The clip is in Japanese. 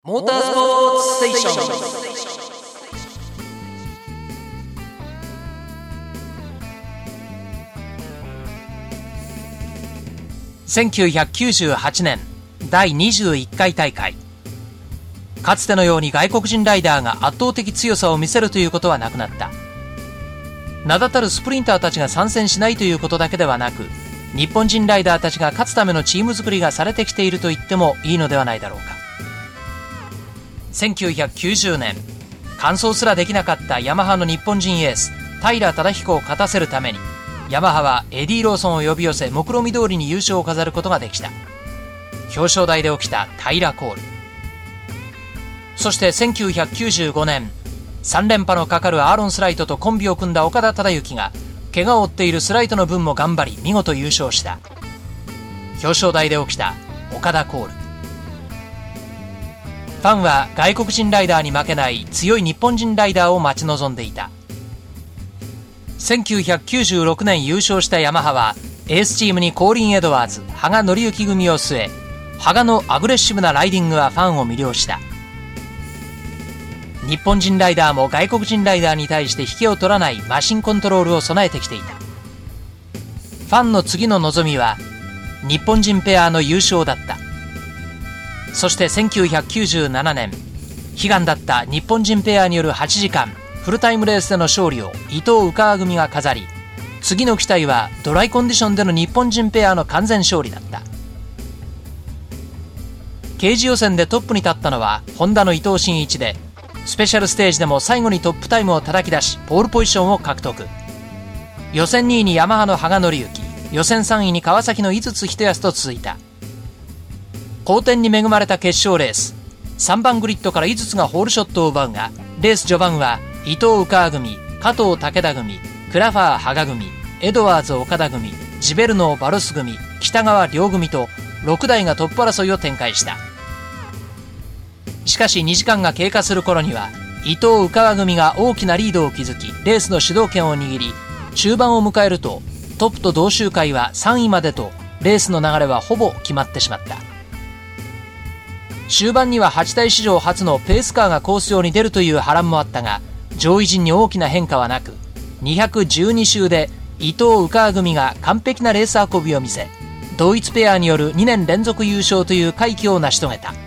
モータースポーツステーション。1998年第21回大会。かつてのように外国人ライダーが圧倒的強さを見せるということはなくなった。名だたるスプリンターたちが参戦しないということだけではなく、日本人ライダーたちが勝つためのチーム作りがされてきていると言ってもいいのではないだろうか。1990年、完走すらできなかったヤマハの日本人エース平忠彦を勝たせるために、ヤマハはエディ・ローソンを呼び寄せ、目論見通りに優勝を飾ることができた。表彰台で起きた平コール。そして1995年、3連覇のかかるアーロン・スライトとコンビを組んだ岡田忠幸が、怪我を負っているスライトの分も頑張り見事優勝した。表彰台で起きた岡田コール。ファンは外国人ライダーに負けない強い日本人ライダーを待ち望んでいた。1996年優勝したヤマハは、エースチームにコーリン・エドワーズ、羽賀紀之組を据え、羽賀のアグレッシブなライディングはファンを魅了した。日本人ライダーも外国人ライダーに対して引けを取らないマシンコントロールを備えてきていた。ファンの次の望みは日本人ペアの優勝だった。そして1997年、悲願だった日本人ペアによる8時間フルタイムレースでの勝利を伊藤宇川組が飾り、次の期待はドライコンディションでの日本人ペアの完全勝利だった。刑事予選でトップに立ったのはホンダの伊藤真一で、スペシャルステージでも最後にトップタイムを叩き出し、ポールポジションを獲得。予選2位にヤマハの羽賀紀之、予選3位に川崎の井筒人康と続いた。好天に恵まれた決勝レース、3番グリッドから井筒がホールショットを奪うが、レース序盤は伊藤宇川組、加藤武田組、クラファー羽賀組、エドワーズ岡田組、ジベルノーバルス組、北川両組と6台がトップ争いを展開した。しかし2時間が経過する頃には、伊藤宇川組が大きなリードを築き、レースの主導権を握り、中盤を迎えるとトップと同周回は3位までと、レースの流れはほぼ決まってしまった。終盤には8台史上初のペースカーがコース上に出るという波乱もあったが、上位陣に大きな変化はなく、212周で伊藤宇川組が完璧なレース運びを見せ、同一ペアによる2年連続優勝という快挙を成し遂げた。